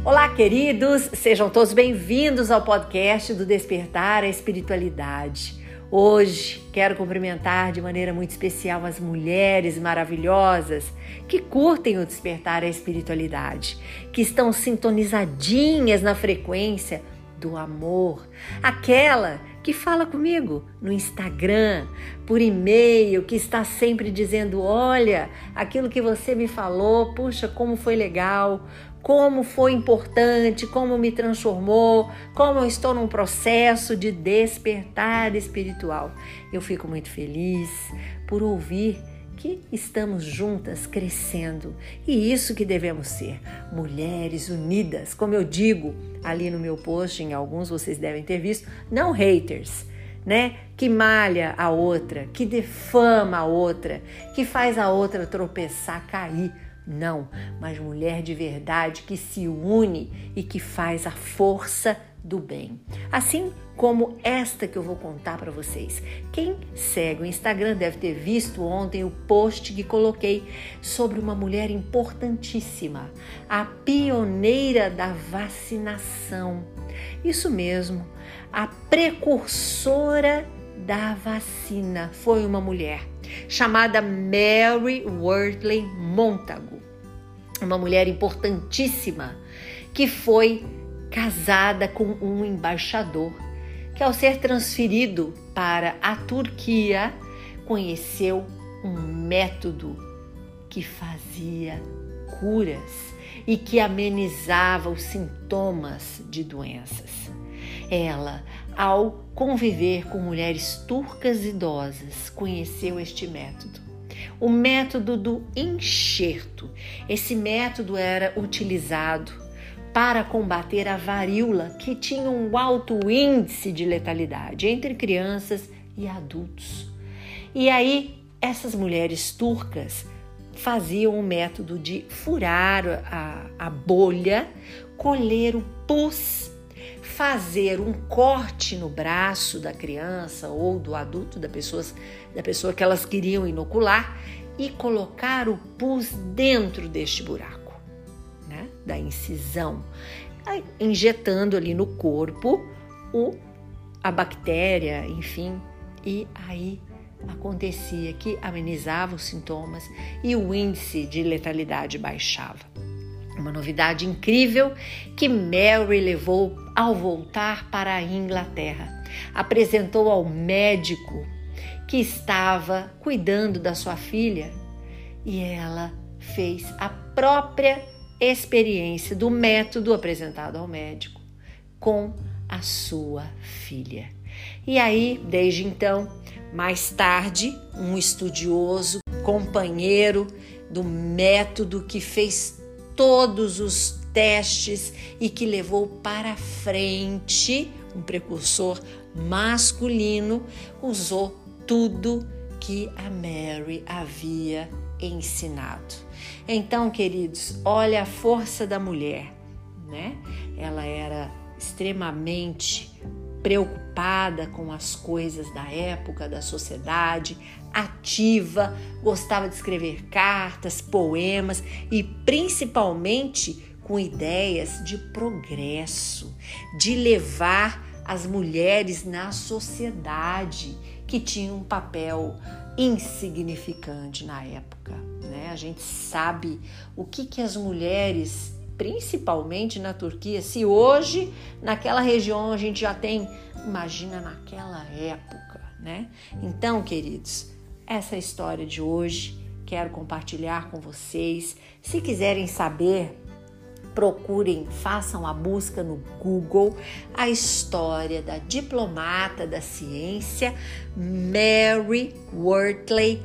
Olá, queridos! Sejam todos bem-vindos ao podcast do Despertar a Espiritualidade. Hoje quero cumprimentar de maneira muito especial as mulheres maravilhosas que curtem o Despertar a Espiritualidade, que estão sintonizadinhas na frequência do amor, aquela que fala comigo no Instagram, por e-mail, que está sempre dizendo: olha, aquilo que você me falou, puxa, como foi legal, como foi importante, como me transformou, como eu estou num processo de despertar espiritual. Eu fico muito feliz por ouvir que estamos juntas crescendo, e isso que devemos ser, mulheres unidas, como eu digo ali no meu post, em alguns vocês devem ter visto, não haters, né? Que malha a outra, que defama a outra, que faz a outra tropeçar, cair. Não, mas mulher de verdade que se une e que faz a força do bem. Assim como esta que eu vou contar para vocês. Quem segue o Instagram deve ter visto ontem o post que coloquei sobre uma mulher importantíssima, a pioneira da vacinação. Isso mesmo, a precursora da vacina foi uma mulher chamada Mary Wortley Montagu, uma mulher importantíssima que foi casada com um embaixador que, ao ser transferido para a Turquia, conheceu um método que fazia curas e que amenizava os sintomas de doenças. Ela, ao conviver com mulheres turcas idosas, conheceu este método. O método do enxerto. Esse método era utilizado para combater a varíola, que tinha um alto índice de letalidade entre crianças e adultos. E aí, essas mulheres turcas faziam o método de furar a bolha, colher o pus, fazer um corte no braço da criança ou do adulto, da pessoa que elas queriam inocular, e colocar o pus dentro deste buraco, né, da incisão, injetando ali no corpo a bactéria, enfim, e aí acontecia que amenizava os sintomas e o índice de letalidade baixava. Uma novidade incrível que Mary levou ao voltar para a Inglaterra. Apresentou ao médico que estava cuidando da sua filha e ela fez a própria experiência do método apresentado ao médico com a sua filha. E aí, desde então, mais tarde, um estudioso, companheiro do método que fez todos os testes e que levou para frente, um precursor masculino, usou tudo que a Mary havia ensinado. Então, queridos, olha a força da mulher, né? Ela era extremamente preocupada com as coisas da época, da sociedade, ativa, gostava de escrever cartas, poemas e principalmente com ideias de progresso, de levar as mulheres na sociedade que tinha um papel insignificante na época, né? A gente sabe o que as mulheres, principalmente na Turquia, se hoje naquela região a gente já tem, imagina naquela época, né? Então, queridos, essa é a história de hoje, quero compartilhar com vocês. Se quiserem saber, procurem, façam a busca no Google, a história da diplomata da ciência Mary Wortley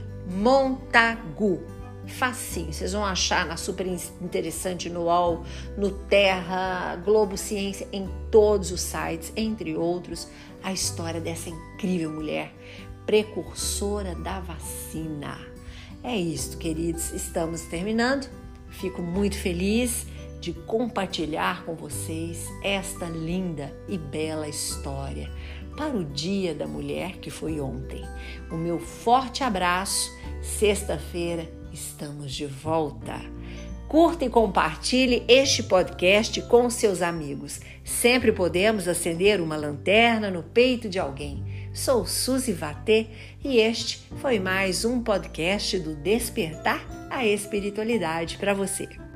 Montagu. Facinho, vocês vão achar na Super Interessante, no UOL, no Terra, Globo Ciência, em todos os sites, entre outros, a história dessa incrível mulher, precursora da vacina. É isso, queridos, estamos terminando. Fico muito feliz de compartilhar com vocês esta linda e bela história para o Dia da Mulher, que foi ontem. O meu forte abraço. Sexta-feira estamos de volta. Curta e compartilhe este podcast com seus amigos. Sempre podemos acender uma lanterna no peito de alguém. Sou Suzy Vatê e este foi mais um podcast do Despertar a Espiritualidade para você.